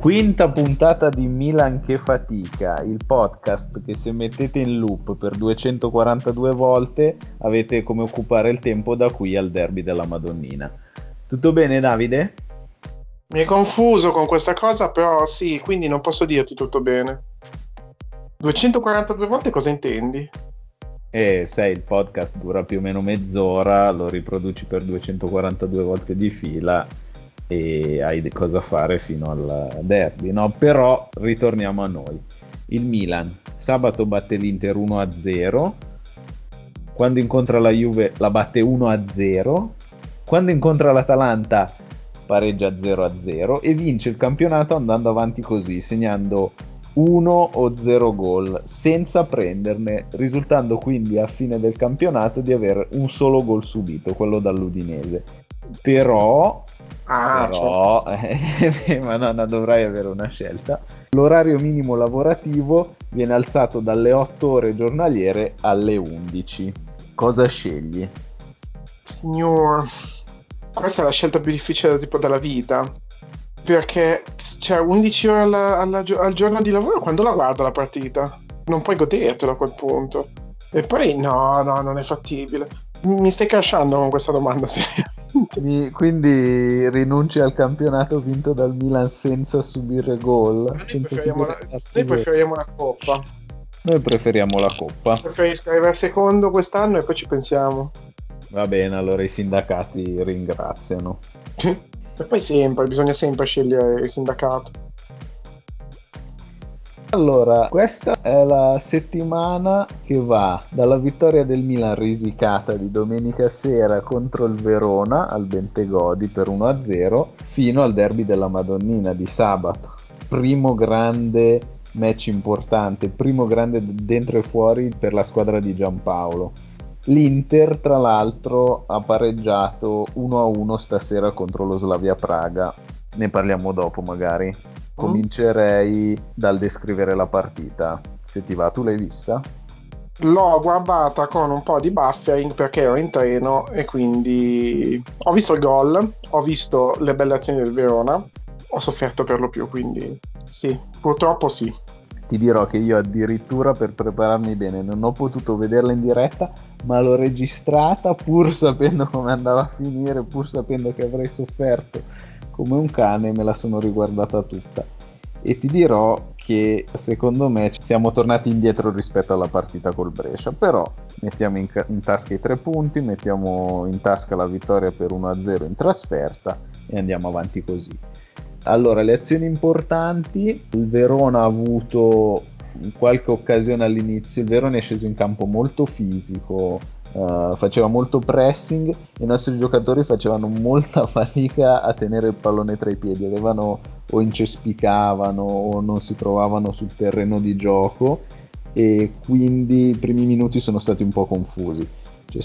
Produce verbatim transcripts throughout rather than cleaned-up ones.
Quinta puntata di Milan che fatica, il podcast che se mettete in loop per duecentoquarantadue volte avete come occupare il tempo da qui al derby della Madonnina. Tutto bene, Davide? Mi è confuso con questa cosa, però sì, quindi non posso dirti tutto bene. duecentoquarantadue volte cosa intendi? E sai, il podcast dura più o meno mezz'ora, lo riproduci per duecentoquarantadue volte di fila e hai di cosa fare fino al derby, no? Però ritorniamo a noi. Il Milan sabato batte l'Inter uno a zero, quando incontra la Juve la batte uno a zero, quando incontra l'Atalanta pareggia zero a zero e vince il campionato andando avanti così, segnando uno o zero gol senza prenderne, risultando quindi a fine del campionato di avere un solo gol subito, quello dall'Udinese. Però Ah, però eh, ma no, no, dovrai avere una scelta. L'orario minimo lavorativo viene alzato dalle otto ore giornaliere alle undici. Cosa scegli? signor, questa è la scelta più difficile tipo della vita, perché c'è undici ore alla- alla gio- al giorno di lavoro, quando la guardo la partita? Non puoi godertelo a quel punto. E poi no, no, non è fattibile. Mi stai crashando con questa domanda, seriamente. Mi- quindi rinunci al campionato vinto dal Milan senza subire gol? Noi Senza preferiamo subire la, noi cattiveria? preferiamo la coppa. Noi preferiamo la coppa. Preferisco arrivare secondo quest'anno e poi ci pensiamo. Va bene, allora i sindacati ringraziano. E poi sempre, bisogna sempre scegliere il sindacato. Allora, questa è la settimana che va dalla vittoria del Milan risicata di domenica sera contro il Verona al Bentegodi per uno a zero fino al derby della Madonnina di sabato. Primo grande match importante, primo grande dentro e fuori per la squadra di Giampaolo. L'Inter, tra l'altro, ha pareggiato uno a uno stasera contro lo Slavia Praga. Ne parliamo dopo magari. Comincerei dal descrivere la partita. Se ti va, tu l'hai vista? L'ho guardata con un po' di buffering perché ero in treno e quindi ho visto il gol, ho visto le belle azioni del Verona, ho sofferto per lo più, quindi sì, purtroppo sì. Ti dirò che io addirittura per prepararmi bene non ho potuto vederla in diretta, ma l'ho registrata pur sapendo come andava a finire, pur sapendo che avrei sofferto come un cane, me la sono riguardata tutta. E ti dirò che secondo me siamo tornati indietro rispetto alla partita col Brescia, però mettiamo in, ca- in tasca i tre punti, mettiamo in tasca la vittoria per uno a zero in trasferta e andiamo avanti così. Allora, le azioni importanti, il Verona ha avuto qualche occasione all'inizio, il Verona è sceso in campo molto fisico, uh, faceva molto pressing, i nostri giocatori facevano molta fatica a tenere il pallone tra i piedi, avevano o incespicavano o non si trovavano sul terreno di gioco e quindi i primi minuti sono stati un po' confusi. C'è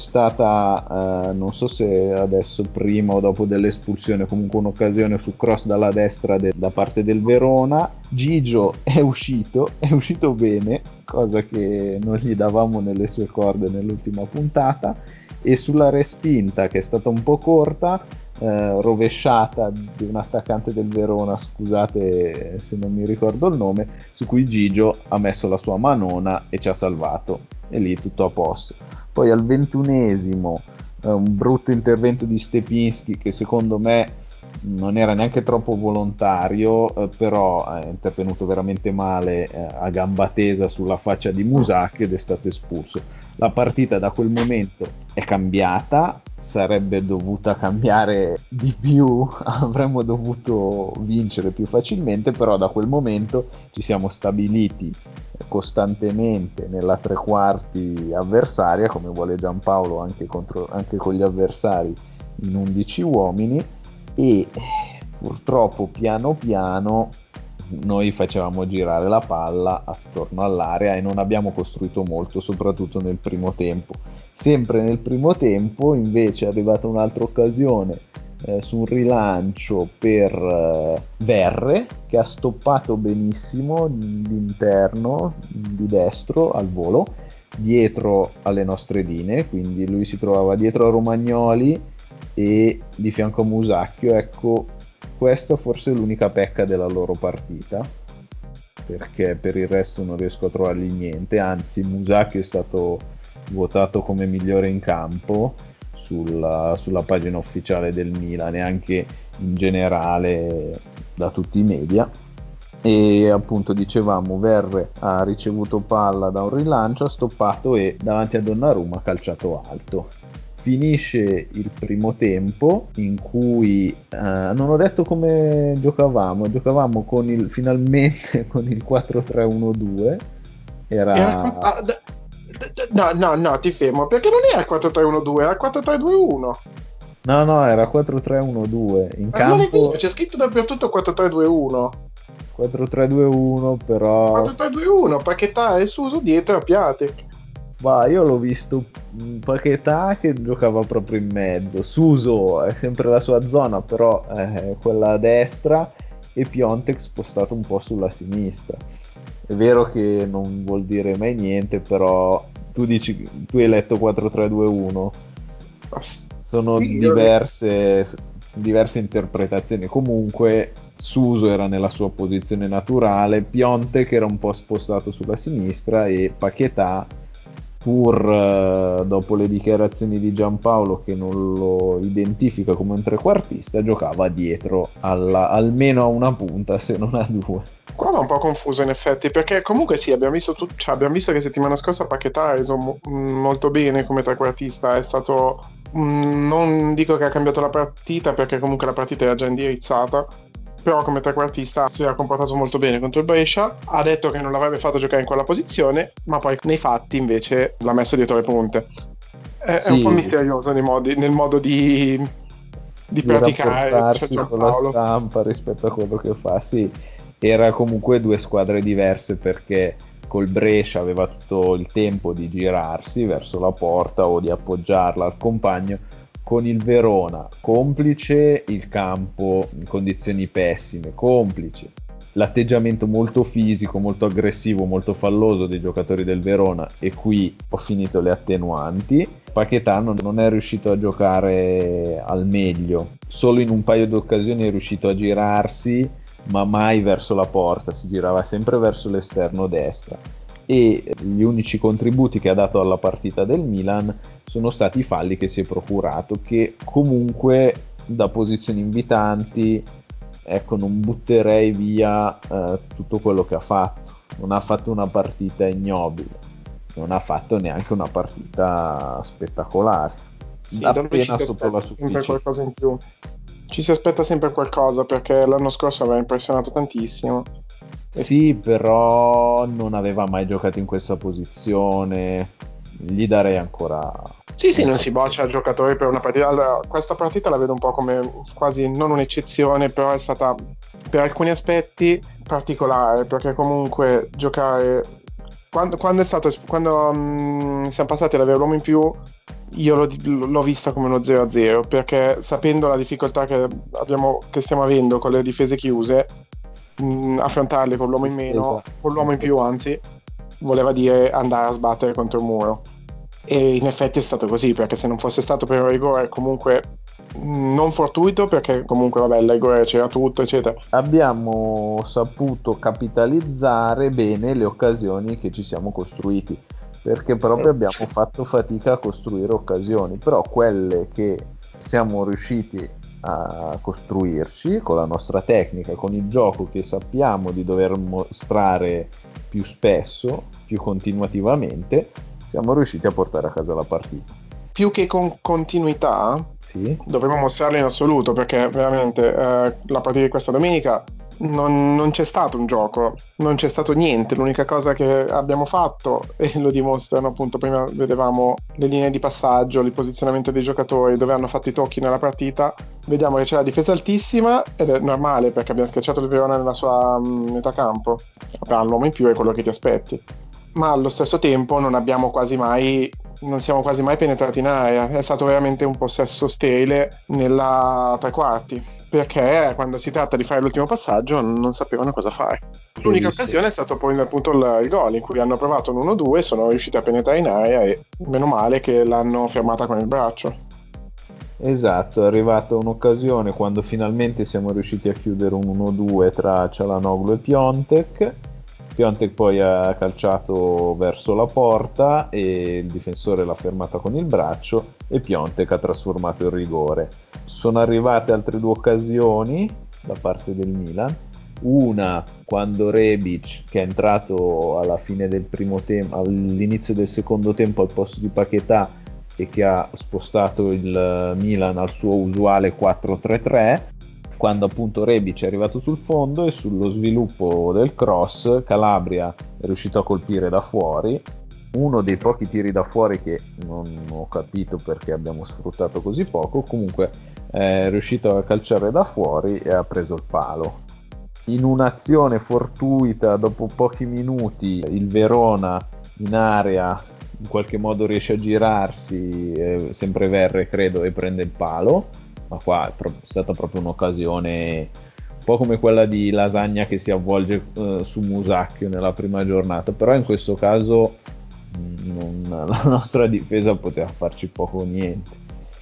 stata, eh, non so se adesso prima o dopo dell'espulsione, comunque un'occasione su cross dalla destra de- da parte del Verona. Gigio è uscito, è uscito bene, cosa che non gli davamo nelle sue corde nell'ultima puntata, e sulla respinta che è stata un po' corta, eh, rovesciata di un attaccante del Verona, scusate se non mi ricordo il nome, su cui Gigio ha messo la sua manona e ci ha salvato, e lì tutto a posto. Poi al ventunesimo eh, un brutto intervento di Stepinski che secondo me non era neanche troppo volontario, eh, però è intervenuto veramente male eh, a gamba tesa sulla faccia di Musacchio ed è stato espulso. La partita da quel momento è cambiata, sarebbe dovuta cambiare di più, avremmo dovuto vincere più facilmente, però da quel momento ci siamo stabiliti costantemente nella tre quarti avversaria, come vuole Giampaolo anche, contro, anche con gli avversari in undici uomini, e purtroppo piano piano noi facevamo girare la palla attorno all'area e non abbiamo costruito molto, soprattutto nel primo tempo. Sempre nel primo tempo invece è arrivata un'altra occasione eh, su un rilancio per eh, Verre, che ha stoppato benissimo l'interno di destro al volo dietro alle nostre linee, quindi lui si trovava dietro a Romagnoli e di fianco a Musacchio. Ecco, questa forse è l'unica pecca della loro partita, perché per il resto non riesco a trovargli niente, anzi Musacchio è stato votato come migliore in campo sulla, sulla pagina ufficiale del Milan e anche in generale da tutti i media. E appunto dicevamo, Verre ha ricevuto palla da un rilancio, ha stoppato e davanti a Donnarumma ha calciato alto. Finisce il primo tempo in cui eh, non ho detto come giocavamo, giocavamo con il, finalmente con il quattro tre uno due. Era, era ah, d- d- no, no, no, ti fermo, perché non era il quattro tre uno due, era il quattro tre due uno. no no era quattro tre uno due in Ma non è campo. vero, c'è scritto dappertutto quattro tre due uno. quattro tre due uno però. quattro tre due uno, Paquetá e Suso dietro a Piatek. Ma io l'ho visto mh, Paquetá che giocava proprio in mezzo, Suso è sempre la sua zona, però è quella a destra, e Piontek spostato un po' sulla sinistra. È vero che non vuol dire mai niente, però tu dici, tu hai letto quattro tre due uno, sono Sì, io- diverse, diverse interpretazioni. Comunque Suso era nella sua posizione naturale, Piontek era un po' spostato sulla sinistra e Paquetá, pur eh, dopo le dichiarazioni di Giampaolo che non lo identifica come un trequartista, giocava dietro alla, almeno a una punta, se non a due. Qua va un po' confuso in effetti, perché comunque sì, abbiamo visto, tut- cioè, abbiamo visto che settimana scorsa Paquetá ha reso mo- mh, molto bene come trequartista, è stato, mh, non dico che ha cambiato la partita perché comunque la partita era già indirizzata, però come trequartista si era comportato molto bene contro il Brescia, ha detto che non l'avrebbe fatto giocare in quella posizione, ma poi nei fatti invece l'ha messo dietro le punte. È, è un po' Sì, misterioso nei modi- nel modo di, di di praticare, cioè rapportarsi con la Giampaolo. stampa rispetto a quello che fa, sì, era comunque due squadre diverse perché col Brescia aveva tutto il tempo di girarsi verso la porta o di appoggiarla al compagno, con il Verona, complice il campo in condizioni pessime, complice l'atteggiamento molto fisico, molto aggressivo, molto falloso dei giocatori del Verona, e qui ho finito le attenuanti. Paquetá non è riuscito a giocare al meglio, solo in un paio di occasioni è riuscito a girarsi, ma mai verso la porta, si girava sempre verso l'esterno destra, e gli unici contributi che ha dato alla partita del Milan sono stati i falli che si è procurato, che comunque da posizioni invitanti, ecco, non butterei via eh, tutto quello che ha fatto. Non ha fatto una partita ignobile, non ha fatto neanche una partita spettacolare, Sì, da lui ci appena si sotto la aspetta sempre sufficienza. qualcosa in più. Ci si aspetta sempre qualcosa perché l'anno scorso aveva impressionato tantissimo. E Sì, però non aveva mai giocato in questa posizione, gli darei ancora sì, sì, un non po' si di boccia tempo. il giocatore per una partita. Allora, questa partita la vedo un po' come quasi non un'eccezione, però è stata per alcuni aspetti particolare, perché comunque giocare. Quando, quando è stato, quando mm, siamo passati ad avere l'uomo in più, io l'ho, l'ho vista come uno zero a zero, perché sapendo la difficoltà che, abbiamo, che stiamo avendo con le difese chiuse, mh, affrontarle con l'uomo in meno, Difesa con l'uomo in più impossibile. anzi, voleva dire andare a sbattere contro il muro. E in effetti è stato così, perché se non fosse stato per un rigore comunque mh, non fortuito, perché comunque vabbè, il rigore c'era tutto, eccetera. Abbiamo saputo capitalizzare bene le occasioni che ci siamo costruiti, perché proprio abbiamo fatto fatica a costruire occasioni, però quelle che siamo riusciti a costruirci con la nostra tecnica, con il gioco che sappiamo di dover mostrare più spesso, più continuativamente, siamo riusciti a portare a casa la partita. Più che con continuità, Sì? dovremmo mostrarla in assoluto, perché veramente eh, la partita di questa domenica non, non c'è stato un gioco, non c'è stato niente. L'unica cosa che abbiamo fatto, e lo dimostrano appunto, prima vedevamo le linee di passaggio, il posizionamento dei giocatori, dove hanno fatto i tocchi nella partita. Vediamo che c'è la difesa altissima, ed è normale perché abbiamo schiacciato il Verona nella sua mh, metà campo. Vabbè, l'uomo in più è quello che ti aspetti, ma allo stesso tempo non abbiamo quasi mai, non siamo quasi mai penetrati in area. È stato veramente un possesso sterile nella tre quarti, perché quando si tratta di fare l'ultimo passaggio non sapevano cosa fare. L'unica Verissimo. occasione è stato poi appunto il, il gol in cui hanno provato un uno due, sono riusciti a penetrare in area e meno male che l'hanno fermata con il braccio. Esatto, è arrivata un'occasione quando finalmente siamo riusciti a chiudere un uno due tra Cialanoglu e Piontek. Piontek poi ha calciato verso la porta e il difensore l'ha fermata con il braccio e Piontek ha trasformato il rigore. Sono arrivate altre due occasioni da parte del Milan. Una quando Rebic, che è entrato alla fine del primo tempo, all'inizio del secondo tempo al posto di Paquetá, e che ha spostato il Milan al suo usuale quattro tre tre, quando appunto Rebic è arrivato sul fondo e sullo sviluppo del cross Calabria è riuscito a colpire da fuori, uno dei pochi tiri da fuori che non ho capito perché abbiamo sfruttato così poco. Comunque è riuscito a calciare da fuori e ha preso il palo. In un'azione fortuita, dopo pochi minuti, il Verona in area in qualche modo riesce a girarsi, eh, sempre Verre credo, e prende il palo, ma qua è, pro- è stata proprio un'occasione un po' come quella di Lasagna che si avvolge eh, su Musacchio nella prima giornata, però in questo caso mh, non- la nostra difesa poteva farci poco o niente.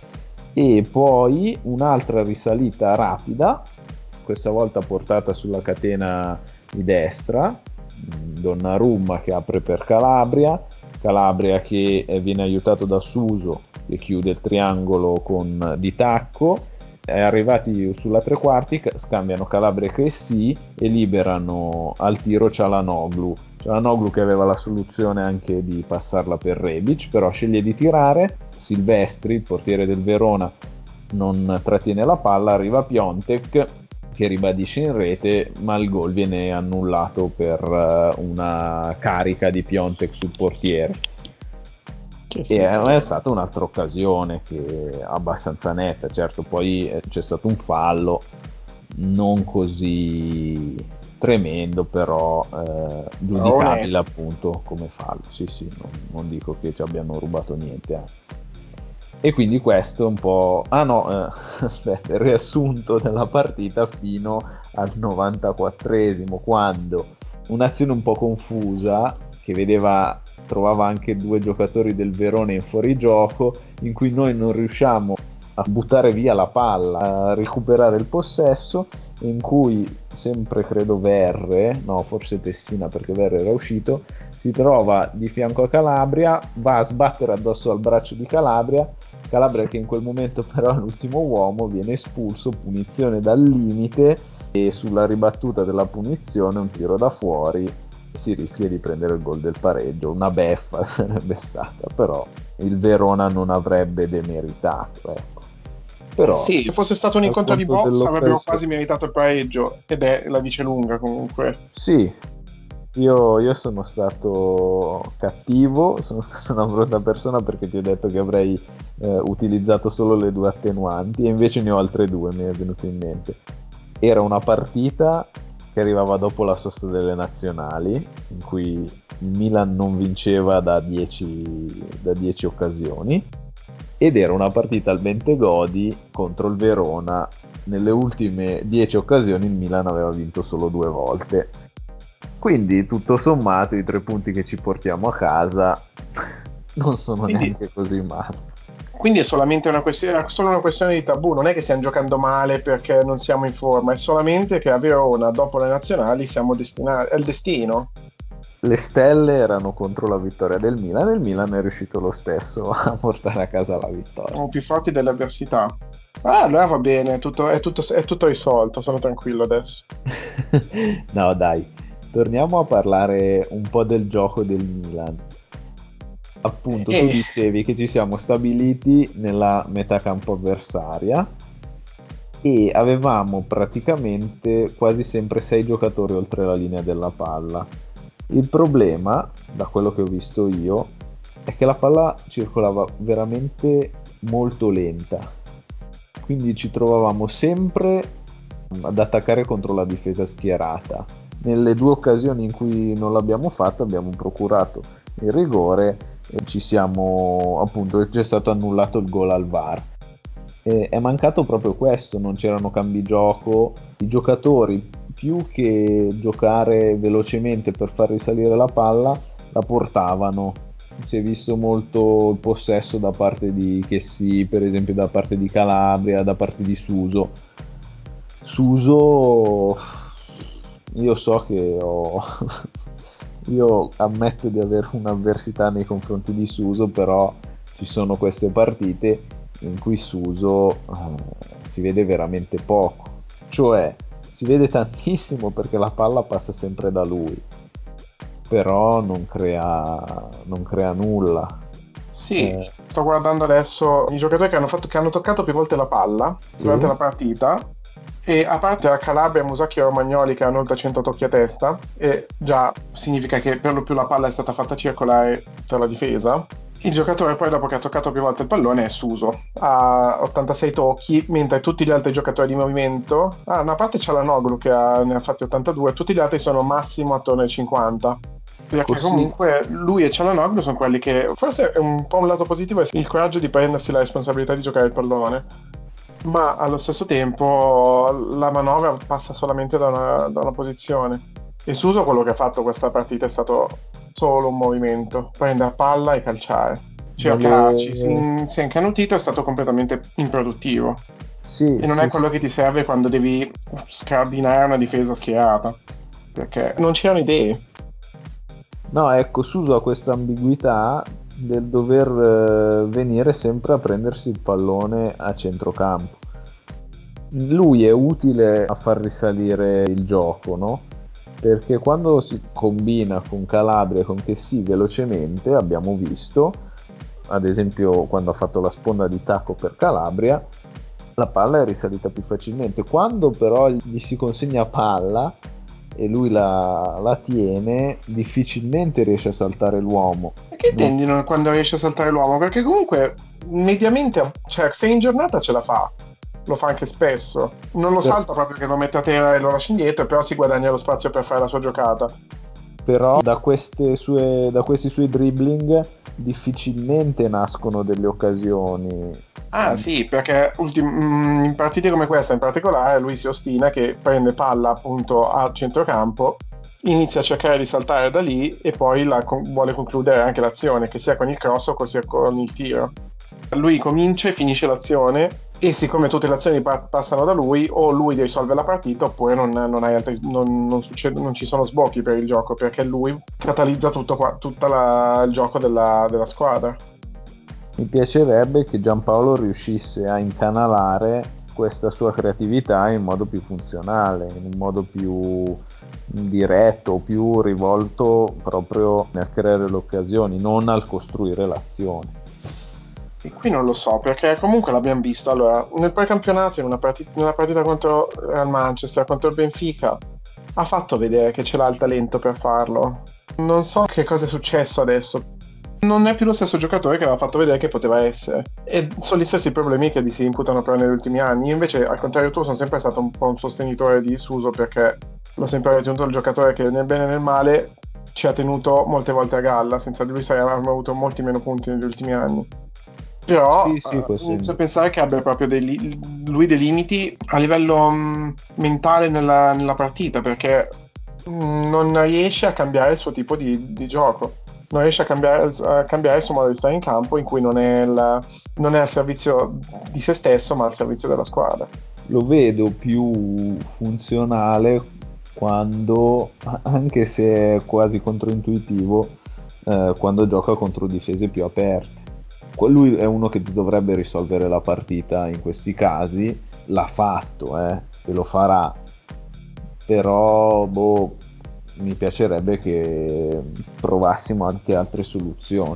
E poi un'altra risalita rapida, questa volta portata sulla catena di destra, Donnarumma che apre per Calabria, Calabria che viene aiutato da Suso che chiude il triangolo con Di Tacco, è arrivati sulla tre quarti, scambiano Calabria e sì e liberano al tiro Cialanoglu. Cialanoglu che aveva la soluzione anche di passarla per Rebic, però sceglie di tirare. Silvestri, il portiere del Verona, non trattiene la palla, arriva Piontek che ribadisce in rete, ma il gol viene annullato per uh, una carica di Piontek sul portiere. Che e è, è stata un'altra occasione che è abbastanza netta, certo poi c'è stato un fallo non così tremendo, però eh, giudicabile appunto come fallo. Sì, sì, non, non dico che ci abbiano rubato niente, anzi. E quindi questo è un po'... Ah no, eh, aspetta, il riassunto della partita fino al novantaquattresimo, quando un'azione un po' confusa, che vedeva, trovava anche due giocatori del Verona in fuorigioco, in cui noi non riusciamo a buttare via la palla, a recuperare il possesso, in cui sempre credo Verre, no forse Tessina perché Verre era uscito, si trova di fianco a Calabria, va a sbattere addosso al braccio di Calabria, Calabria che in quel momento però è l'ultimo uomo, viene espulso, punizione dal limite e sulla ribattuta della punizione un tiro da fuori, si rischia di prendere il gol del pareggio, una beffa sarebbe stata, però il Verona non avrebbe demeritato, ecco. Però, sì, se fosse stato un incontro di box avrebbero quasi meritato il pareggio ed è la dice lunga comunque. Sì, io, io sono stato cattivo, sono stata una brutta persona perché ti ho detto che avrei eh, utilizzato solo le due attenuanti e invece ne ho altre due, mi è venuto in mente. Era una partita che arrivava dopo la sosta delle nazionali, in cui il Milan non vinceva da dieci da dieci occasioni, ed era una partita al Bentegodi contro il Verona. Nelle ultime dieci occasioni il Milan aveva vinto solo due volte. Quindi tutto sommato i tre punti che ci portiamo a casa non sono quindi, neanche così male. Quindi è solamente una questione, solo una questione di tabù, non è che stiamo giocando male perché non siamo in forma, è solamente che a Verona dopo le nazionali siamo destinati, è il destino. Le stelle erano contro la vittoria del Milan e il Milan è riuscito lo stesso a portare a casa la vittoria. Siamo più forti delle avversità. Ah, allora va bene, è tutto, è tutto, è tutto risolto, sono tranquillo adesso. No dai, torniamo a parlare un po' del gioco del Milan. Appunto, tu dicevi che ci siamo stabiliti nella metà campo avversaria e avevamo praticamente quasi sempre sei giocatori oltre la linea della palla. Il problema, da quello che ho visto io, è che la palla circolava veramente molto lenta, quindi ci trovavamo sempre ad attaccare contro la difesa schierata. Nelle due occasioni in cui non l'abbiamo fatto abbiamo procurato il rigore e ci siamo, appunto, c'è stato annullato il gol al V A R. E è mancato proprio questo, non c'erano cambi gioco, i giocatori più che giocare velocemente per far risalire la palla la portavano si è visto molto il possesso da parte di Chessy, per esempio da parte di Calabria, da parte di Suso. Suso, io so che ho io ammetto di avere un'avversità nei confronti di Suso, però ci sono queste partite in cui Suso eh, si vede veramente poco, cioè si vede tantissimo perché la palla passa sempre da lui, però non crea, non crea nulla. Sì, Eh, sto guardando adesso i giocatori che hanno, fatto, che hanno toccato più volte la palla durante sì, la partita. E a parte la Calabria, Musacchio e Romagnoli che hanno oltre cento tocchi a testa, e già significa che per lo più la palla è stata fatta circolare tra la difesa. Il giocatore poi dopo che ha toccato più volte il pallone è Suso, ha ottantasei tocchi, mentre tutti gli altri giocatori di movimento, ah, una parte c'è la Noglu che ha, ne ha fatti ottantadue, tutti gli altri sono massimo attorno ai cinquanta. Perché così. comunque lui e Cialanoglu sono quelli che, forse è un po' un lato positivo, è il coraggio di prendersi la responsabilità di giocare il pallone, ma allo stesso tempo la manovra passa solamente da una, da una posizione. E Suso quello che ha fatto questa partita è stato solo un movimento, prendere palla e calciare. Cercarci, si, Nelle... in- si è incanutito, è stato completamente improduttivo. Sì, E non è sì, quello sì. che ti serve quando devi scardinare una difesa schierata, perché non c'erano idee. No, ecco, Suso ha questa ambiguità del dover eh, venire sempre a prendersi il pallone a centrocampo. Lui è utile a far risalire il gioco, no? Perché quando si combina con Calabria e con Chessy velocemente, abbiamo visto, ad esempio quando ha fatto la sponda di tacco per Calabria, la palla è risalita più facilmente. Quando però gli si consegna palla e lui la, la tiene, difficilmente riesce a saltare l'uomo. E che Non- intendi non- quando riesce a saltare l'uomo? Perché comunque mediamente, cioè se in giornata ce la fa, lo fa anche spesso. Non lo per- salta proprio che lo mette a terra e lo lascia indietro, però si guadagna lo spazio per fare la sua giocata. Però da, queste sue, da questi suoi dribbling difficilmente nascono delle occasioni. Ah sì, perché ultim- mm, in partite come questa in particolare lui si ostina che prende palla appunto a centrocampo, inizia a cercare di saltare da lì e poi la con- vuole concludere anche l'azione, che sia con il cross o sia con il tiro. Lui comincia e finisce l'azione e siccome tutte le azioni pa- passano da lui, o lui risolve la partita oppure non, non hai altri- non- non succede- non ci sono sbocchi per il gioco perché lui catalizza tutto qua, tutta la- il gioco della della squadra. Mi piacerebbe che Giampaolo riuscisse a incanalare questa sua creatività in modo più funzionale, in un modo più diretto, più rivolto proprio nel creare le occasioni, non al costruire l'azione. E qui non lo so, perché comunque l'abbiamo visto. Allora, nel precampionato, in una partita, nella partita contro il Manchester, contro il Benfica, ha fatto vedere che ce l'ha il talento per farlo. Non so che cosa è successo adesso. Non è più lo stesso giocatore che aveva fatto vedere che poteva essere. E sono gli stessi problemi che gli si imputano però negli ultimi anni. Io invece, al contrario tuo, sono sempre stato un po' un sostenitore di Suso perché l'ho sempre ritenuto il giocatore che nel bene e nel male ci ha tenuto molte volte a galla. Senza di lui avremmo avuto molti meno punti negli ultimi anni. Però Sì, sì, eh, questo è inizio a pensare che abbia proprio dei li- lui dei limiti a livello mh, mentale nella, nella partita perché mh, non riesce a cambiare il suo tipo di, di gioco, non riesce a cambiare, a cambiare il suo modo di stare in campo in cui non è, il- non è al servizio di se stesso ma al servizio della squadra. lo vedo più funzionale quando, anche se è quasi controintuitivo, eh, quando gioca contro difese più aperte. Lui è uno che dovrebbe risolvere la partita in questi casi, l'ha fatto, eh, e lo farà, però boh, mi piacerebbe che provassimo anche altre soluzioni.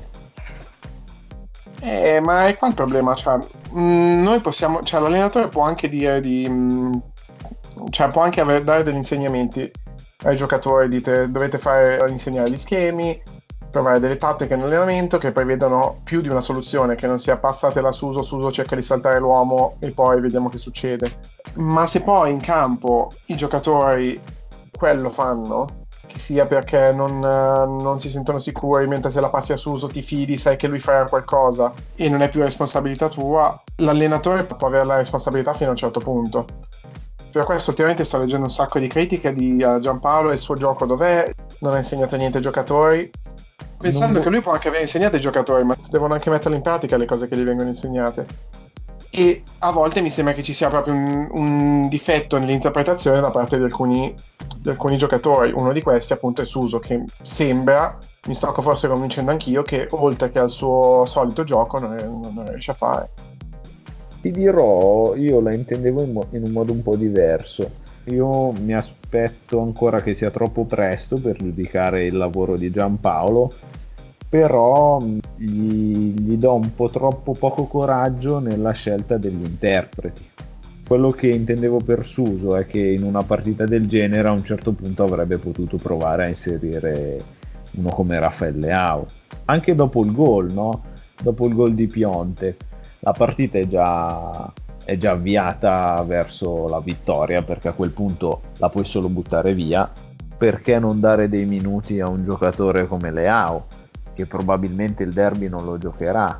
Eh, ma è qua il problema, cioè, mh, noi possiamo, cioè, l'allenatore può anche dire di, mh, cioè, può anche avere- dare degli insegnamenti ai giocatori, dite, dovete fare, insegnare gli schemi, provare delle tattiche in allenamento che prevedano più di una soluzione, che non sia passatela Suso, Suso cerca di saltare l'uomo e poi vediamo che succede. Ma se poi in campo i giocatori quello fanno, che sia perché non, eh, non si sentono sicuri, mentre se la passi a Suso ti fidi, sai che lui farà qualcosa e non è più responsabilità tua, l'allenatore può avere la responsabilità fino a un certo punto. Per questo ultimamente sto leggendo un sacco di critiche di uh, Giampaolo e il suo gioco dov'è, non ha insegnato niente ai giocatori Pensando non che vo- lui può anche aver insegnato ai giocatori, ma devono anche metterle in pratica le cose che gli vengono insegnate. E a volte mi sembra che ci sia proprio un, un difetto nell'interpretazione da parte di alcuni, di alcuni giocatori. Uno di questi appunto è Suso, che sembra, mi sto forse convincendo anch'io, che oltre che al suo solito gioco non, non riesce a fare. Ti dirò, io la intendevo in, mo- in un modo un po' diverso. Io mi aspetto ancora che sia troppo presto per giudicare il lavoro di Giampaolo, però mh, gli, gli do un po' troppo poco coraggio nella scelta degli interpreti. Quello che intendevo per Suso è che in una partita del genere a un certo punto avrebbe potuto provare a inserire uno come Rafael Leao, anche dopo il gol, no? Dopo il gol di Pionte la partita è già, è già avviata verso la vittoria, perché a quel punto la puoi solo buttare via. Perché non dare dei minuti a un giocatore come Leao, che probabilmente il derby non lo giocherà?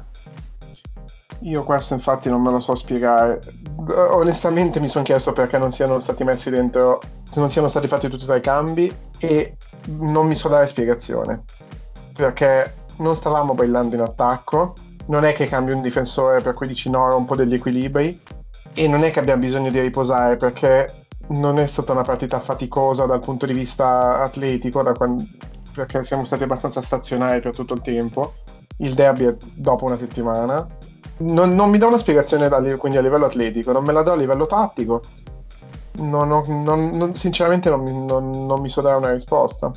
Io questo infatti non me lo so spiegare. D- Onestamente mi sono chiesto perché non siano stati messi dentro, se non siano stati fatti tutti e tre i cambi e non mi so dare spiegazione. Perché non stavamo bailando in attacco, non è che cambi un difensore per cui dici no, rompo degli equilibri e non è che abbiamo bisogno di riposare perché non è stata una partita faticosa dal punto di vista atletico, da quan- perché siamo stati abbastanza stazionari per tutto il tempo. Il derby è dopo una settimana. Non, non mi do una spiegazione da, quindi a livello atletico, non me la do a livello tattico. Non ho- non- non- sinceramente non, mi- non- non mi so dare una risposta.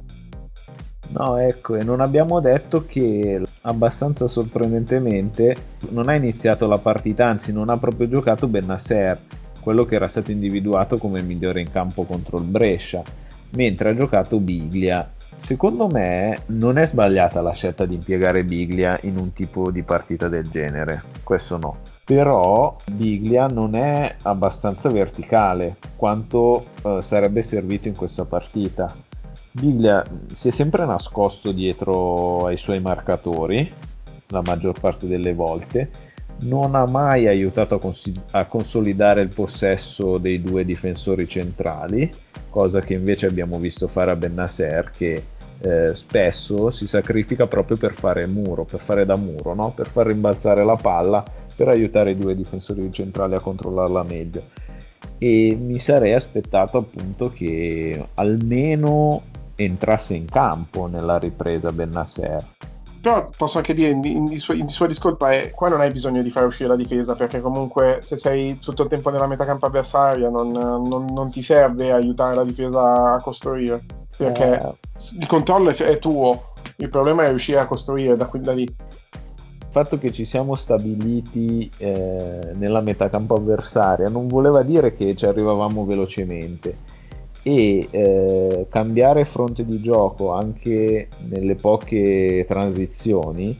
No, ecco, e non abbiamo detto che abbastanza sorprendentemente non ha iniziato la partita, anzi non ha proprio giocato Bennacer, quello che era stato individuato come migliore in campo contro il Brescia, mentre ha giocato Biglia. Secondo me non è sbagliata la scelta di impiegare Biglia in un tipo di partita del genere, questo no. Però Biglia non è abbastanza verticale quanto eh, sarebbe servito in questa partita. Biglia si è sempre nascosto dietro ai suoi marcatori, la maggior parte delle volte, non ha mai aiutato a, consi- a consolidare il possesso dei due difensori centrali, cosa che invece abbiamo visto fare a Bennacer, che eh, spesso si sacrifica proprio per fare muro, per fare da muro, no? Per far rimbalzare la palla, per aiutare i due difensori centrali a controllarla meglio. E mi sarei aspettato appunto che almeno entrasse in campo nella ripresa Bennacer. Però posso anche dire in, in, in sua, in sua discolpa, è, qua non hai bisogno di fare uscire la difesa, perché comunque se sei tutto il tempo nella metacampo avversaria non, non- non ti serve aiutare la difesa a costruire, perché Eh, il controllo è, è tuo, il problema è riuscire a costruire da qui da lì. il fatto che ci siamo stabiliti eh, nella metacampo avversaria non voleva dire che ci arrivavamo velocemente e eh, cambiare fronte di gioco anche nelle poche transizioni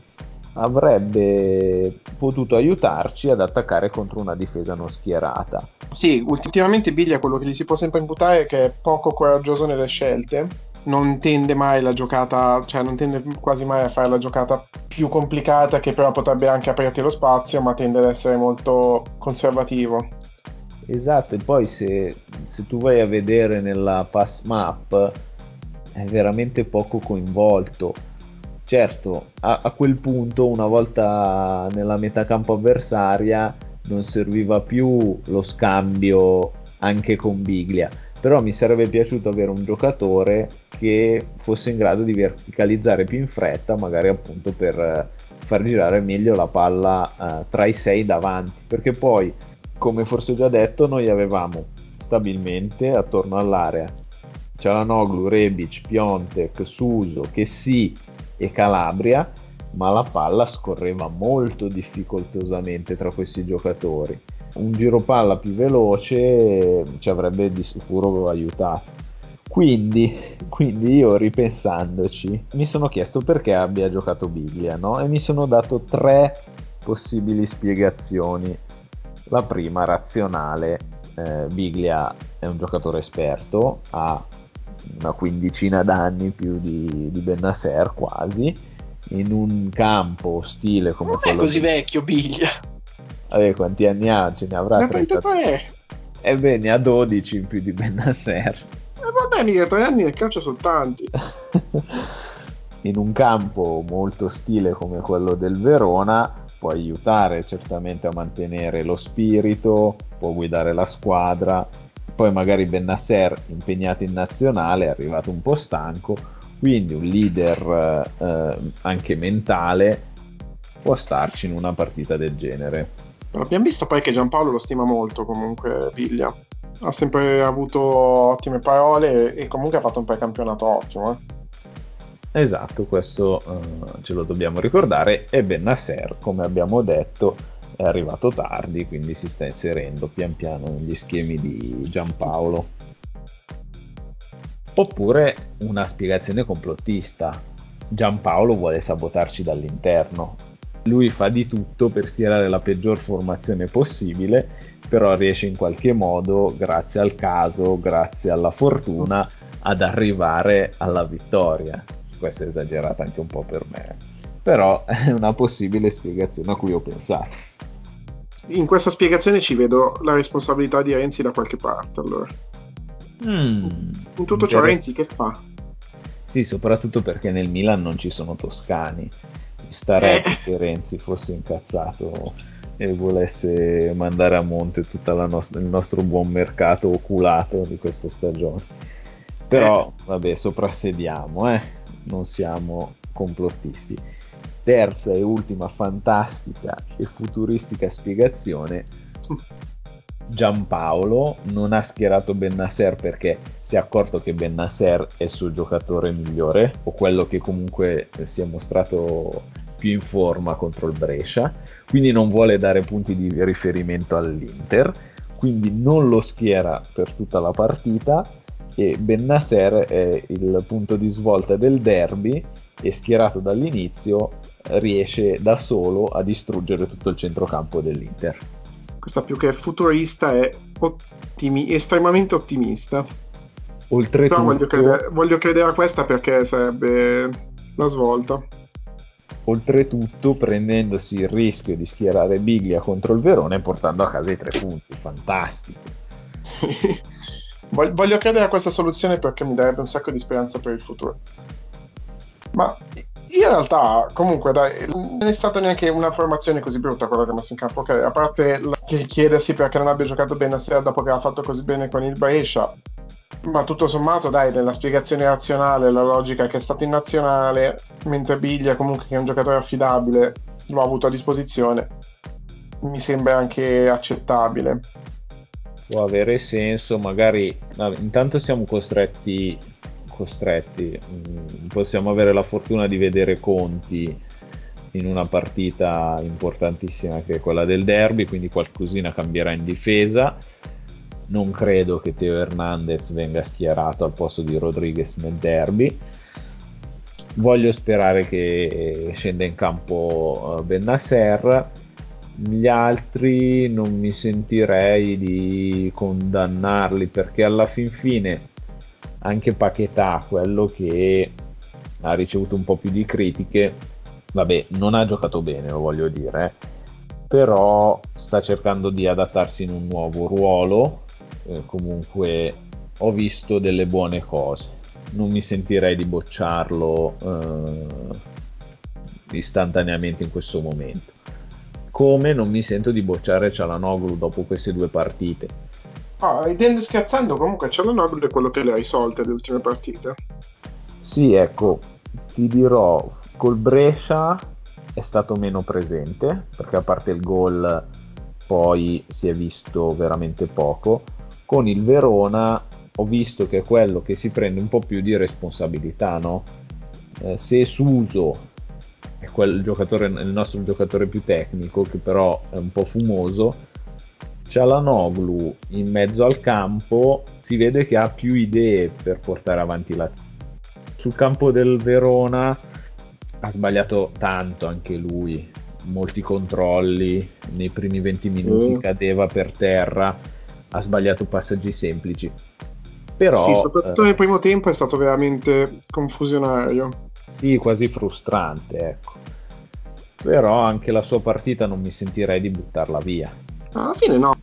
avrebbe potuto aiutarci ad attaccare contro una difesa non schierata. Sì, ultimamente Biglia quello che gli si può sempre imputare è che è poco coraggioso nelle scelte, non tende mai la giocata, cioè non tende quasi mai a fare la giocata più complicata che però potrebbe anche aprirti lo spazio, ma tende ad essere molto conservativo. Esatto, e poi se, se tu vai a vedere nella pass map è veramente poco coinvolto. Certo, a, a quel punto, una volta nella metacampo avversaria, non serviva più lo scambio anche con Biglia, però mi sarebbe piaciuto avere un giocatore che fosse in grado di verticalizzare più in fretta, magari appunto per eh, far girare meglio la palla eh, tra i sei davanti, perché poi, come forse ho già detto, noi avevamo stabilmente attorno all'area Cialanoglu, Rebic, Piontek, Suso, Chessy e Calabria, ma la palla scorreva molto difficoltosamente tra questi giocatori. Un giro palla più veloce ci avrebbe di sicuro aiutato. Quindi, quindi io ripensandoci mi sono chiesto perché abbia giocato Biglia, no? E mi sono dato tre possibili spiegazioni. La prima, razionale, eh, Biglia è un giocatore esperto, ha una quindicina d'anni più di, di Bennacer quasi, in un campo ostile come Non è quello così del... vecchio Biglia, Vabbè, quanti anni ha? Ce ne avrà ne ha trenta. trentatré. Ebbene, ne ha dodici in più di Bennacer. E va bene, che tre anni nel calcio sono tanti. in un campo molto ostile come quello del Verona può aiutare certamente a mantenere lo spirito, può guidare la squadra. Poi magari Bennacer, impegnato in nazionale, è arrivato un po' stanco, quindi un leader eh, anche mentale può starci in una partita del genere. Abbiamo visto poi che Giampaolo lo stima molto comunque Piglia. Ha sempre avuto ottime parole e comunque ha fatto un precampionato ottimo. Eh. Esatto, questo eh, ce lo dobbiamo ricordare, e Bennacer, come abbiamo detto, è arrivato tardi, quindi si sta inserendo pian piano negli schemi di Giampaolo. Oppure una spiegazione complottista: Giampaolo vuole sabotarci dall'interno. Lui fa di tutto per schierare la peggior formazione possibile, però riesce in qualche modo, grazie al caso, grazie alla fortuna, ad arrivare alla vittoria. Questa è esagerata anche un po' per me, però è una possibile spiegazione a cui ho pensato. In questa spiegazione ci vedo la responsabilità di Renzi da qualche parte, allora. Mm, In tutto ciò inter- Renzi che fa? Sì, soprattutto perché nel Milan non ci sono toscani. Eh, Starebbe che Renzi fosse incazzato e volesse mandare a monte tutto il nostro buon mercato oculato di questa stagione. eh, Però, vabbè, soprassediamo, eh? Non siamo complottisti. Terza e ultima fantastica e futuristica spiegazione: Giampaolo non ha schierato Bennacer perché si è accorto che Bennacer è il suo giocatore migliore, o quello che comunque si è mostrato più in forma contro il Brescia, quindi non vuole dare punti di riferimento all'Inter, quindi non lo schiera per tutta la partita, e Bennacer è il punto di svolta del derby e, schierato dall'inizio, riesce da solo a distruggere tutto il centrocampo dell'Inter. questa più che futurista è ottimi- estremamente ottimista. Però voglio Oltretutto, credere, voglio credere a questa perché sarebbe la svolta. oltretutto prendendosi il rischio di schierare Biglia contro il Verona e portando a casa i tre punti. Fantastico. Sì. Vog- Voglio credere a questa soluzione perché mi darebbe un sacco di speranza per il futuro. Ma in realtà, comunque, dai, non è stata neanche una formazione così brutta quella che ha messo in campo. Ok, a parte la- che chiedersi perché non abbia giocato bene a sera dopo che ha fatto così bene con il Brescia. Ma tutto sommato, dai, nella spiegazione razionale, la logica è che è stato in nazionale, mentre Biglia, comunque, che è un giocatore affidabile, lo ha avuto a disposizione. Mi sembra anche accettabile. Può avere senso, magari vabbè, intanto siamo costretti, costretti, mh, possiamo avere la fortuna di vedere Conti in una partita importantissima che è quella del derby, quindi qualcosina cambierà in difesa. Non credo che Teo Hernandez venga schierato al posto di Rodriguez nel derby. Voglio sperare che scenda in campo uh, Bennacer. Gli altri non mi sentirei di condannarli, perché alla fin fine anche Paquetá, quello che ha ricevuto un po' più di critiche, vabbè, non ha giocato bene, lo voglio dire, eh, però sta cercando di adattarsi in un nuovo ruolo. Eh, comunque ho visto delle buone cose, non mi sentirei di bocciarlo eh, istantaneamente in questo momento, come non mi sento di bocciare Cialanoglu dopo queste due partite. Ah, ridendo e scherzando, comunque Cialanoglu è quello che le ha risolte le ultime partite. Sì, ecco, ti dirò, col Brescia è stato meno presente, perché a parte il gol poi si è visto veramente poco. Con il Verona ho visto che è quello che si prende un po' più di responsabilità, no? Eh, se Suso è quel giocatore, il nostro giocatore più tecnico, che però è un po' fumoso, Cialanoglu in mezzo al campo si vede che ha più idee per portare avanti la. Sul campo del Verona ha sbagliato tanto anche lui, molti controlli, nei primi venti minuti Mm. cadeva per terra, ha sbagliato passaggi semplici, Sì, però soprattutto nel eh, primo tempo è stato veramente confusionario. sì, quasi frustrante, ecco. Però anche la sua partita non mi sentirei di buttarla via. Alla fine no.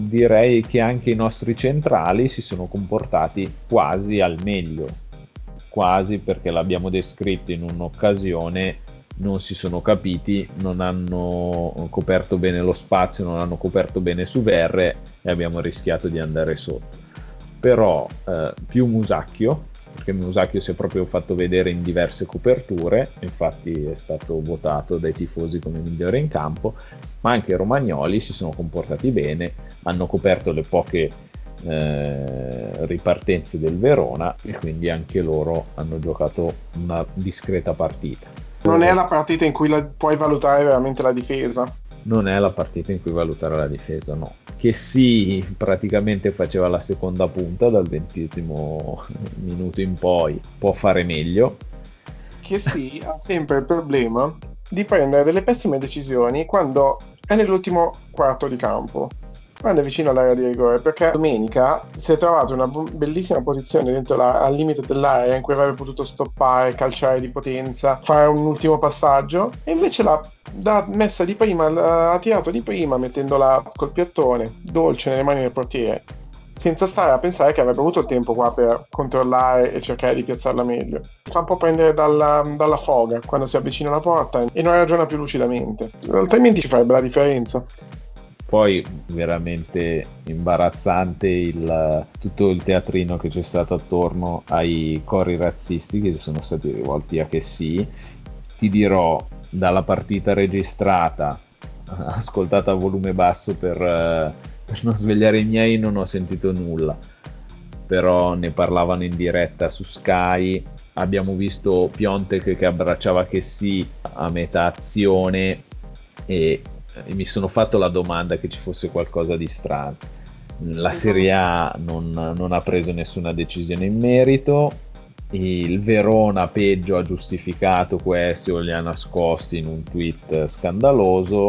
Direi che anche i nostri centrali si sono comportati quasi al meglio, quasi, perché l'abbiamo descritto in un'occasione, non si sono capiti, non hanno coperto bene lo spazio, non hanno coperto bene su Verre e abbiamo rischiato di andare sotto. Però eh, più Musacchio, perché Musacchio si è proprio fatto vedere in diverse coperture, infatti è stato votato dai tifosi come migliore in campo, ma anche Romagnoli si sono comportati bene, hanno coperto le poche eh, ripartenze del Verona e quindi anche loro hanno giocato una discreta partita. Non è la partita in cui la, puoi valutare veramente la difesa. Non è la partita in cui valutare la difesa, no. Che sì, praticamente faceva la seconda punta dal ventesimo minuto in poi, può fare meglio. Che sì, ha sempre il problema di prendere delle pessime decisioni quando è nell'ultimo quarto di campo, quando è vicino all'area di rigore, perché domenica si è trovato in una bu- bellissima posizione dentro la- al limite dell'area in cui avrebbe potuto stoppare, calciare di potenza, fare un ultimo passaggio, e invece l'ha da- messa di prima, l'ha tirato di prima mettendola col piattone, dolce nelle mani del portiere, senza stare a pensare che avrebbe avuto il tempo qua per controllare e cercare di piazzarla meglio. Si fa un po' prendere dalla, dalla foga quando si avvicina alla porta e non ragiona più lucidamente, altrimenti ci farebbe la differenza. Poi veramente imbarazzante il, tutto il teatrino che c'è stato attorno ai cori razzisti che sono stati rivolti a che sì. Ti dirò, dalla partita registrata, ascoltata a volume basso per, eh, per non svegliare i miei, non ho sentito nulla, però ne parlavano in diretta su Sky. Abbiamo visto Piontek che abbracciava che sì a metà azione e e mi sono fatto la domanda che ci fosse qualcosa di strano. La Serie A non, non ha preso nessuna decisione in merito, il Verona peggio ha giustificato questo o li ha nascosti in un tweet scandaloso.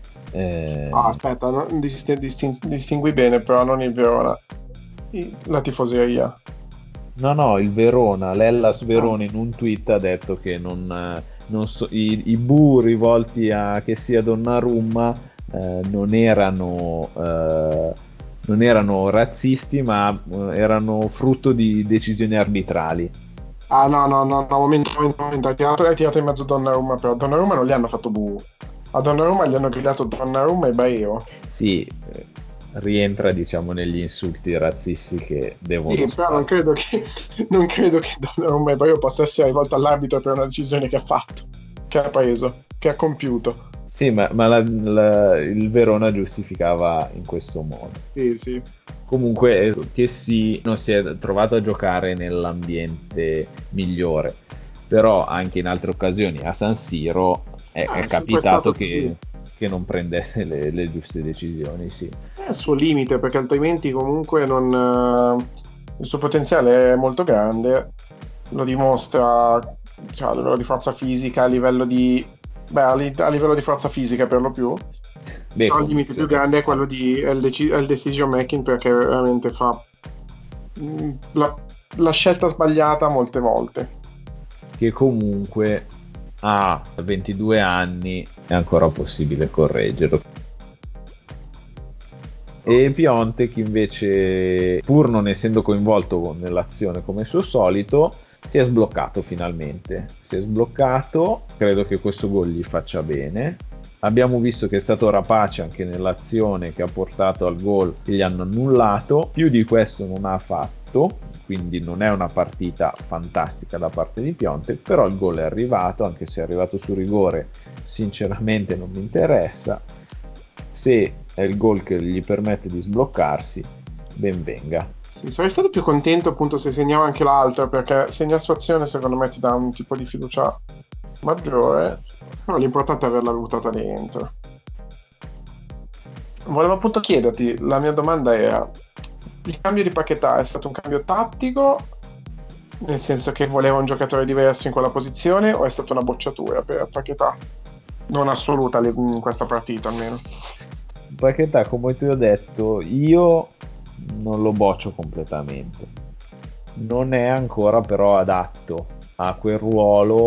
Eh, Ah, aspetta, no, distin- distin- distingui bene, però non il Verona, i- la tifoseria. no, no, il Verona, l'Hellas Ah, Verona in un tweet ha detto che non, eh, non so- i, i bu rivolti a che sia Donnarumma eh, non erano eh, non erano razzisti, ma eh, erano frutto di decisioni arbitrali. ah, no, no, no, no, momento, momento, momento, hai tirato, hai tirato in mezzo Donnarumma, però Donnarumma non gli hanno fatto bu. A Donnarumma gli hanno gridato Donnarumma e Baeo. Sì, eh, rientra diciamo negli insulti razzisti che devono Sì, però non sparare. credo che, non credo che Donnarumma e Baeo possa essere rivolto all'arbitro per una decisione che ha fatto, che ha preso, che ha compiuto. Sì, ma, ma la- la- il Verona giustificava in questo modo. Sì, sì. Comunque eh, che sì, non si è trovato a giocare nell'ambiente migliore, però anche in altre occasioni a San Siro è, è Ah, è sempre capitato stato così. che, che non prendesse le, le giuste decisioni, sì. È al suo limite, perché altrimenti comunque non, eh, il suo potenziale è molto grande, lo dimostra, cioè, a livello di forza fisica, a livello di, beh, a, li- a livello di forza fisica per lo più, Beh, però il limite più condizione grande è quello forte. di, è il, deci- è il decision making, perché veramente fa mm, la, la scelta sbagliata molte volte. Che comunque a ventidue anni è ancora possibile correggerlo. E Piontek invece, pur non essendo coinvolto nell'azione come suo solito, si è sbloccato finalmente. Si è sbloccato, credo che questo gol gli faccia bene. Abbiamo visto che è stato rapace anche nell'azione che ha portato al gol che gli hanno annullato. Più di questo non ha fatto, quindi non è una partita fantastica da parte di Piontek, però il gol è arrivato, anche se è arrivato su rigore, sinceramente non mi interessa. Se è il gol che gli permette di sbloccarsi, ben venga. Sì, sarei stato più contento appunto se segnava anche l'altro, perché segna su azione secondo me ti dà un tipo di fiducia maggiore, però l'importante è averla buttata dentro. Volevo appunto chiederti, la mia domanda era, il cambio di Paquetá è stato un cambio tattico, nel senso che voleva un giocatore diverso in quella posizione, o è stata una bocciatura per Paquetá? Non assoluta le- in questa partita almeno. Paquetà, come ti ho detto, io non lo boccio completamente. Non è ancora però adatto a quel ruolo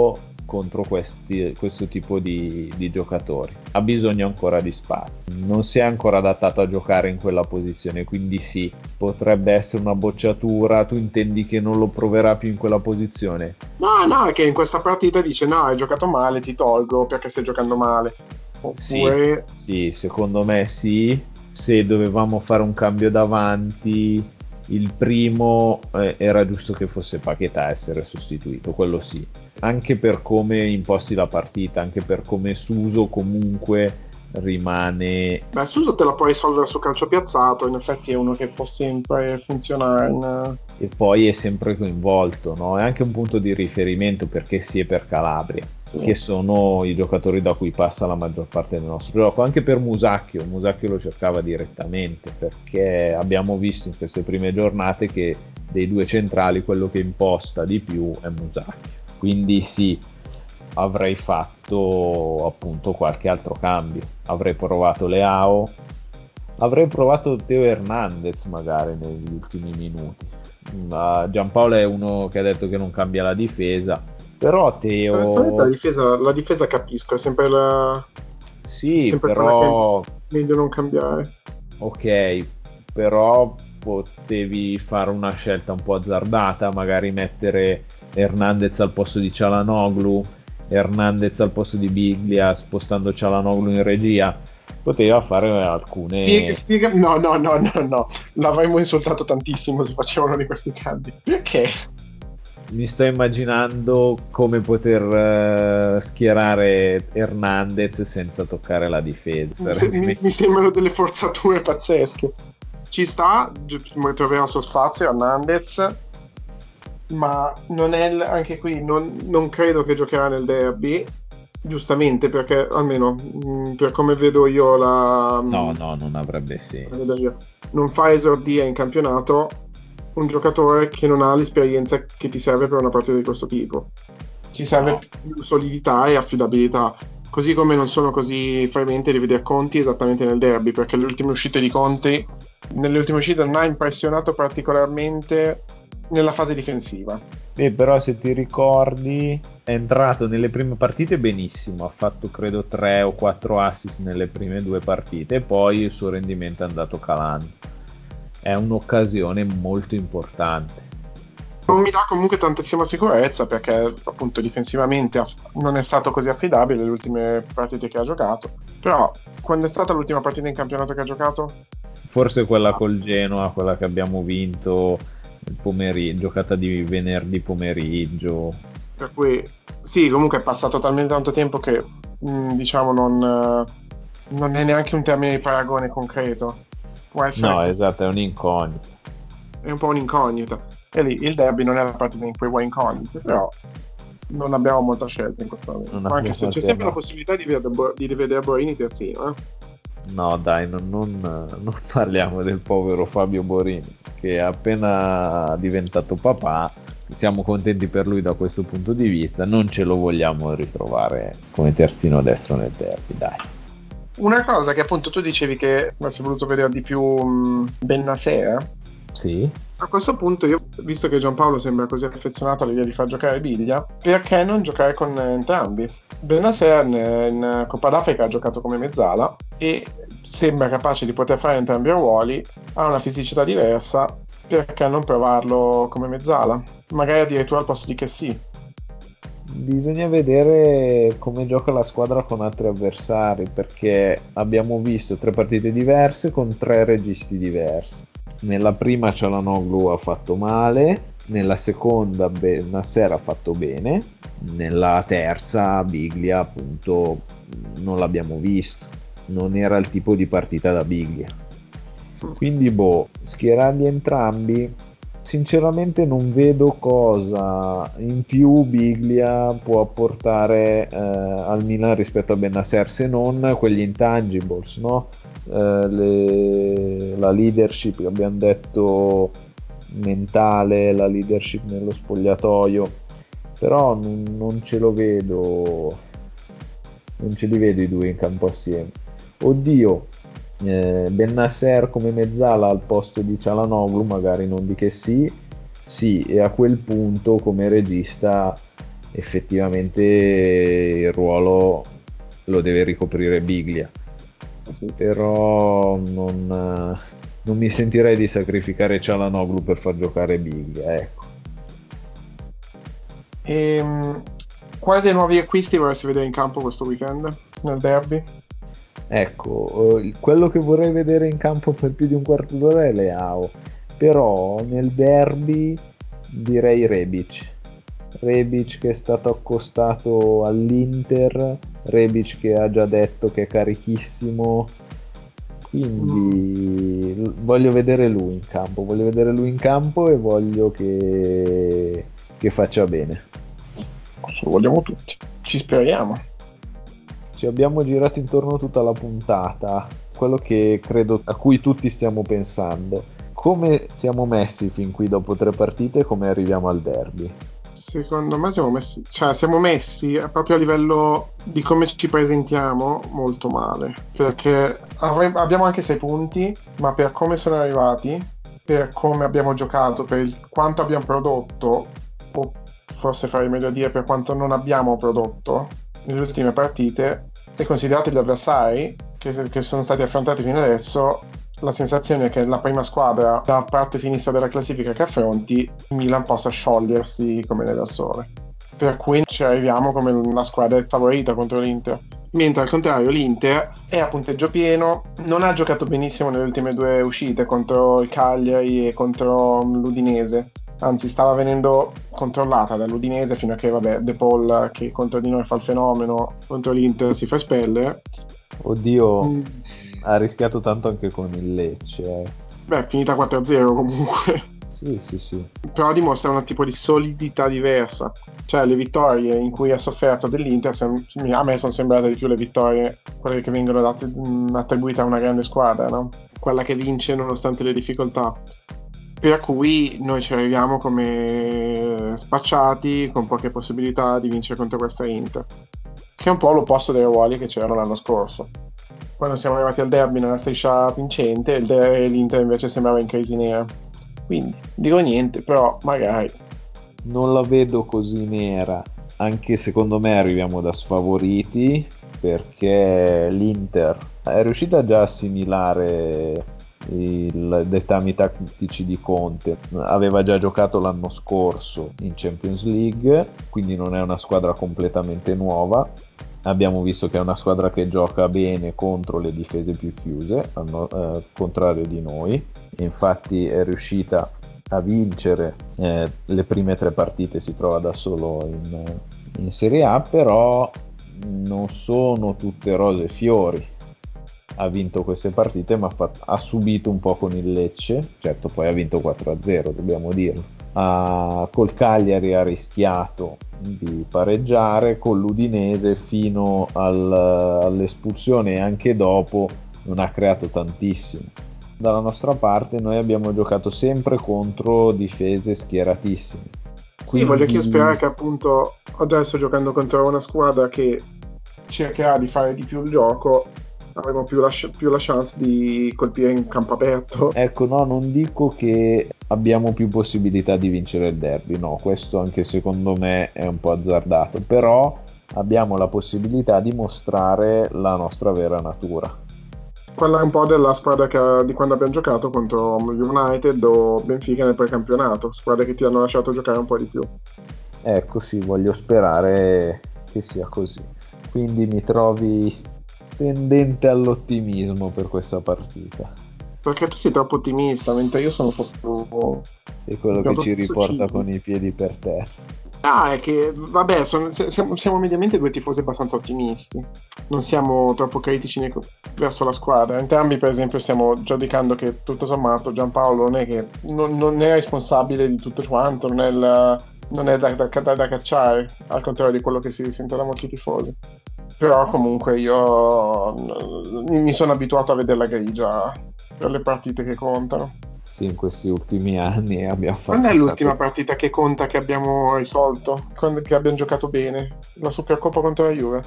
contro questi, questo tipo di, di giocatori. Ha bisogno ancora di spazio, non si è ancora adattato a giocare in quella posizione, quindi sì, potrebbe essere una bocciatura. Tu intendi che non lo proverà più in quella posizione? No, no, è che in questa partita dice no, hai giocato male, ti tolgo perché stai giocando male. Sì, Oppure sì, secondo me sì. Se dovevamo fare un cambio davanti, il primo eh, era giusto che fosse Paquetá a essere sostituito, quello sì. Anche per come imposti la partita, anche per come Suso comunque rimane. beh, Suso te la puoi risolvere su calcio piazzato, in effetti è uno che può sempre funzionare in... E poi è sempre coinvolto, no? È anche un punto di riferimento perché si è per Calabria, Sì. che sono i giocatori da cui passa la maggior parte del nostro gioco. Anche per Musacchio, Musacchio lo cercava direttamente, perché abbiamo visto in queste prime giornate che dei due centrali quello che imposta di più è Musacchio. Quindi sì, avrei fatto appunto qualche altro cambio. Avrei provato Leao, avrei provato Teo Hernandez magari negli ultimi minuti. Ma Giampaolo è uno che ha detto che non cambia la difesa, però Onestamente la Teo difesa, la difesa capisco, è sempre, la, è sì, sempre quella che è però meglio non cambiare. ok, però potevi fare una scelta un po' azzardata, magari mettere Hernandez al posto di Cialanoglu, Hernandez al posto di Biglia, spostando Cialanoglu in regia. Poteva fare Spiega, alcune. spiega... No, no, no, no, no. L'avremmo insultato tantissimo se facevano di questi cambi. Perché? Mi sto immaginando come poter eh, schierare Hernandez senza toccare la difesa. Mi, se- mi- Sarebbe. mi sembrano delle forzature pazzesche. Ci sta, gi- troverà il suo spazio Hernandez, ma non è l- anche qui non, non credo che giocherà nel derby, giustamente perché almeno mh, per come vedo io la, No, mh, no, non avrebbe la senso. vedo io, non fa esordire in campionato un giocatore che non ha l'esperienza che ti serve per una partita di questo tipo. Ci serve No. più solidità e affidabilità. Così come non sono così fremente di vedere Conti esattamente nel derby, perché le ultime uscite di Conti, nelle ultime uscite non ha impressionato particolarmente nella fase difensiva. Beh, però se ti ricordi è entrato nelle prime partite benissimo, ha fatto credo tre o quattro assist nelle prime due partite e poi il suo rendimento è andato calando. È un'occasione molto importante. Non mi dà comunque tantissima sicurezza perché appunto difensivamente ha- non è stato così affidabile le ultime partite che ha giocato. Però quando è stata l'ultima partita in campionato che ha giocato? Forse quella col Genoa, quella che abbiamo vinto il pomeriggio, giocata di venerdì pomeriggio. Per cui sì, comunque è passato talmente tanto tempo che mh, diciamo non, eh, non è neanche un termine di paragone concreto. Può essere No, che esatto, è un'incognita. è un po' un'incognita. E lì il derby non è la partita in cui vuoi incognite, però non abbiamo molta scelta in questo Non momento. Anche se abbiamo c'è sempre la tema. possibilità di vedere, Bo- di rivedere Borini terzino, eh. No, dai, non, non- non parliamo del povero Fabio Borini, che è appena diventato papà. Siamo contenti per lui da questo punto di vista. Non ce lo vogliamo ritrovare come terzino destro nel derby, dai. Una cosa che appunto tu dicevi che avresti voluto vedere di più mh, Bennacer. Sì? A questo punto io, visto che Giampaolo sembra così affezionato all'idea di far giocare Biglia, perché non giocare con entrambi? Benacer in, in Coppa d'Africa ha giocato come mezzala e sembra capace di poter fare entrambi i ruoli, ha una fisicità diversa, perché non provarlo come mezzala? Magari addirittura al posto di Kessie. Bisogna vedere come gioca la squadra con altri avversari, perché abbiamo visto tre partite diverse con tre registi diversi. Nella prima Cialanoglu ha fatto male, nella seconda Bennacer ha fatto bene, nella terza Biglia appunto non l'abbiamo visto, non era il tipo di partita da Biglia. Quindi boh, schierarli entrambi, sinceramente non vedo cosa in più Biglia può apportare eh, al Milan rispetto a Bennacer, se non quegli intangibles, no? Eh, le- la leadership che abbiamo detto mentale, la leadership nello spogliatoio, però non, non ce lo vedo, non ce li vedo i due in campo assieme. Oddio, eh, Bennacer come mezzala al posto di Cialanoglu, magari non di che sì, sì, e a quel punto come regista effettivamente il ruolo lo deve ricoprire Biglia, però non, non mi sentirei di sacrificare Çalhanoğlu per far giocare Biglia, ecco. E, quali dei nuovi acquisti vorresti vedere in campo questo weekend nel derby? Ecco, eh, quello che vorrei vedere in campo per più di un quarto d'ora è Leao, però nel derby direi Rebic. Rebic che è stato accostato all'Inter, Rebic che ha già detto che è carichissimo, Mm, quindi l- voglio vedere lui in campo, voglio vedere lui in campo e voglio che, che faccia bene. lo vogliamo tutti, ci speriamo. Ci abbiamo girato intorno tutta la puntata, quello che credo a cui tutti stiamo pensando. Come siamo messi fin qui dopo tre partite e come arriviamo al derby? Secondo me siamo messi, cioè siamo messi proprio a livello di come ci presentiamo molto male, perché avre- abbiamo anche sei punti, ma per come sono arrivati, per come abbiamo giocato, per il quanto abbiamo prodotto, o forse farei meglio a dire per quanto non abbiamo prodotto nelle ultime partite, e considerati gli avversari che, che sono stati affrontati fino adesso, la sensazione è che la prima squadra da parte sinistra della classifica che affronti, il Milan possa sciogliersi come neve al sole. Per cui ci arriviamo come una squadra favorita contro l'Inter. Mentre al contrario l'Inter è a punteggio pieno, non ha giocato benissimo nelle ultime due uscite contro il Cagliari e contro l'Udinese. Anzi, stava venendo controllata dall'Udinese fino a che, vabbè, De Paul, che contro di noi fa il fenomeno, contro l'Inter si fa espellere. Oddio, Mm. ha rischiato tanto anche con il Lecce. eh. Beh, è finita quattro a zero comunque. Sì, sì, sì. Però dimostra un tipo di solidità diversa. Cioè, le vittorie in cui ha sofferto dell'Inter, sem- a me sono sembrate di più le vittorie, quelle che vengono date, mh, attribuite a una grande squadra, no? Quella che vince nonostante le difficoltà. Per cui noi ci arriviamo come spacciati, con poche possibilità di vincere contro questa Inter. Che è un po' l'opposto dei ruoli che c'erano l'anno scorso. Quando siamo arrivati al derby nella striscia vincente, il de- e l'Inter invece sembrava in crisi nera. Quindi, dico niente, però magari. Non la vedo così nera, anche secondo me arriviamo da sfavoriti perché l'Inter è riuscita già a assimilare i dettami tattici di Conte, aveva già giocato l'anno scorso in Champions League, quindi non è una squadra completamente nuova. Abbiamo visto che è una squadra che gioca bene contro le difese più chiuse, al no- eh, contrario di noi, e infatti è riuscita a vincere eh, le prime tre partite, si trova da solo in, in Serie A, però non sono tutte rose e fiori. Ha vinto queste partite ma ha, fatto- ha subito un po' con il Lecce, certo poi ha vinto quattro a zero, dobbiamo dirlo. Ha- col Cagliari ha rischiato di pareggiare, con l'Udinese fino al- all'espulsione e anche dopo non ha creato tantissimo. Dalla nostra parte noi abbiamo giocato sempre contro difese schieratissime, Sì, voglio anche io sperare quindi che appunto adesso giocando contro una squadra che cercherà di fare di più il gioco, avremo più la, più la chance di colpire in campo aperto. ecco, no, non dico che abbiamo più possibilità di vincere il derby, no, questo anche secondo me è un po' azzardato, però abbiamo la possibilità di mostrare la nostra vera natura. Quella è un po' della squadra che, di quando abbiamo giocato contro United o Benfica nel precampionato, squadre che ti hanno lasciato giocare un po' di più. Ecco, sì, voglio sperare che sia così. Quindi mi trovi tendente all'ottimismo per questa partita. Perché tu sei troppo ottimista, mentre io sono un po' È quello che ci piuttosto riporta cinico. con i piedi per terra. Ah, è che, vabbè, sono- se- siamo, siamo mediamente due tifosi abbastanza ottimisti. Non siamo troppo critici nei co- verso la squadra. Entrambi, per esempio, stiamo giudicando che tutto sommato Giampaolo non è che non, non è responsabile di tutto quanto, non è, il- non è da, da- da- da cacciare, al contrario di quello che si sente da molti tifosi. Però comunque io mm, mi sono abituato a vedere la grigia per le partite che contano. Sì, in questi ultimi anni abbiamo Quando fatto è un sacco l'ultima di... partita che conta che abbiamo risolto? Quando che abbiamo giocato bene? La Supercoppa contro la Juve?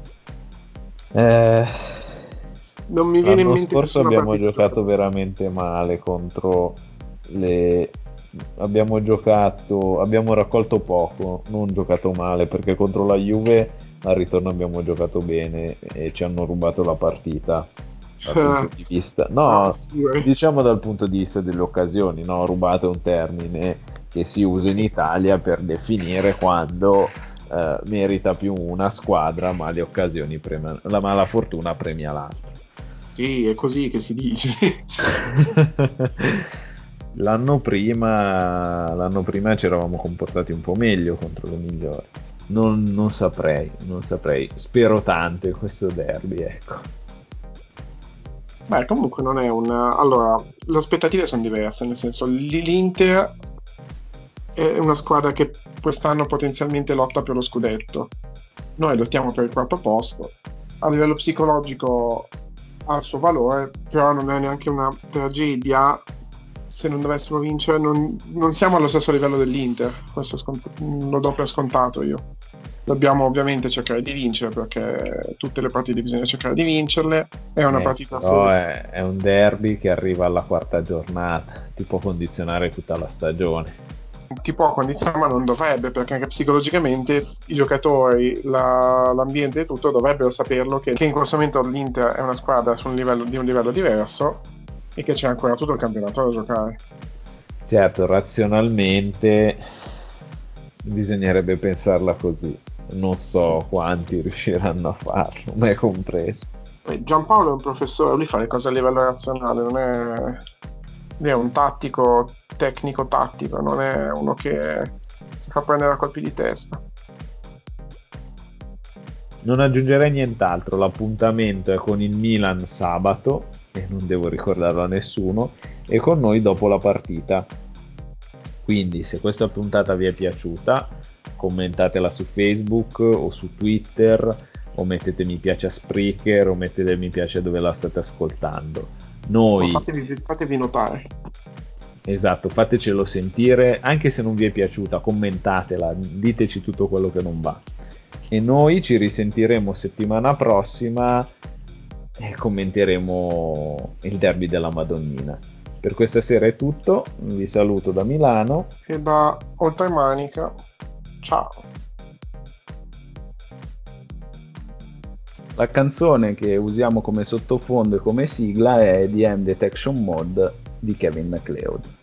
Eh, Non mi viene in l'anno mente scorso nessuna abbiamo partita giocato giocata bene. veramente male contro le abbiamo giocato, abbiamo raccolto poco, non giocato male, perché contro la Juve al ritorno abbiamo giocato bene e ci hanno rubato la partita dal punto di vista, Ah, no, figurati. diciamo dal punto di vista delle occasioni, no? Rubato è un termine che si usa in Italia per definire quando eh, merita più una squadra, ma le occasioni premia, la mala fortuna premia l'altra. Sì, è così che si dice. L'anno prima, l'anno prima ci eravamo comportati un po' meglio contro le migliori. Non, non saprei, non saprei. Spero tanto in questo derby, ecco. Beh, comunque non è una... Allora, le aspettative sono diverse, nel senso l- l'Inter è una squadra che quest'anno potenzialmente lotta per lo scudetto. Noi lottiamo per il quarto posto. A livello psicologico ha il suo valore, però non è neanche una tragedia se non dovessimo vincere. Non, non siamo allo stesso livello dell'Inter, questo scont- lo do per scontato io. Dobbiamo ovviamente cercare di vincere perché tutte le partite bisogna cercare di vincerle. È una Eh, partita a però sé. è, è un derby che arriva alla quarta giornata, ti può condizionare tutta la stagione. Ti può condizionare, ma non dovrebbe, perché anche psicologicamente i giocatori, la- l'ambiente e tutto dovrebbero saperlo che, che in questo momento l'Inter è una squadra su un livello, di un livello diverso e che c'è ancora tutto il campionato da giocare. Certo, razionalmente bisognerebbe pensarla così. Non so quanti riusciranno a farlo, me compreso. E Giampaolo è un professore, lui fa le cose a livello razionale, non è, lui è un tattico, tecnico-tattico, non è uno che si fa prendere a colpi di testa. Non aggiungerei nient'altro, l'appuntamento è con il Milan sabato, e non devo ricordarlo a nessuno, e con noi dopo la partita. Quindi se questa puntata vi è piaciuta, commentatela su Facebook o su Twitter, o mettete mi piace a Spreaker, o mettete mi piace dove la state ascoltando. Ma Noi, fatevi, fatevi notare. esatto, fatecelo sentire, anche se non vi è piaciuta, commentatela, diteci tutto quello che non va. E noi ci risentiremo settimana prossima e commenteremo il derby della Madonnina. Per questa sera è tutto, vi saluto da Milano. E da Oltremanica, ciao. La canzone che usiamo come sottofondo e come sigla è The M Detection Mode di Kevin MacLeod.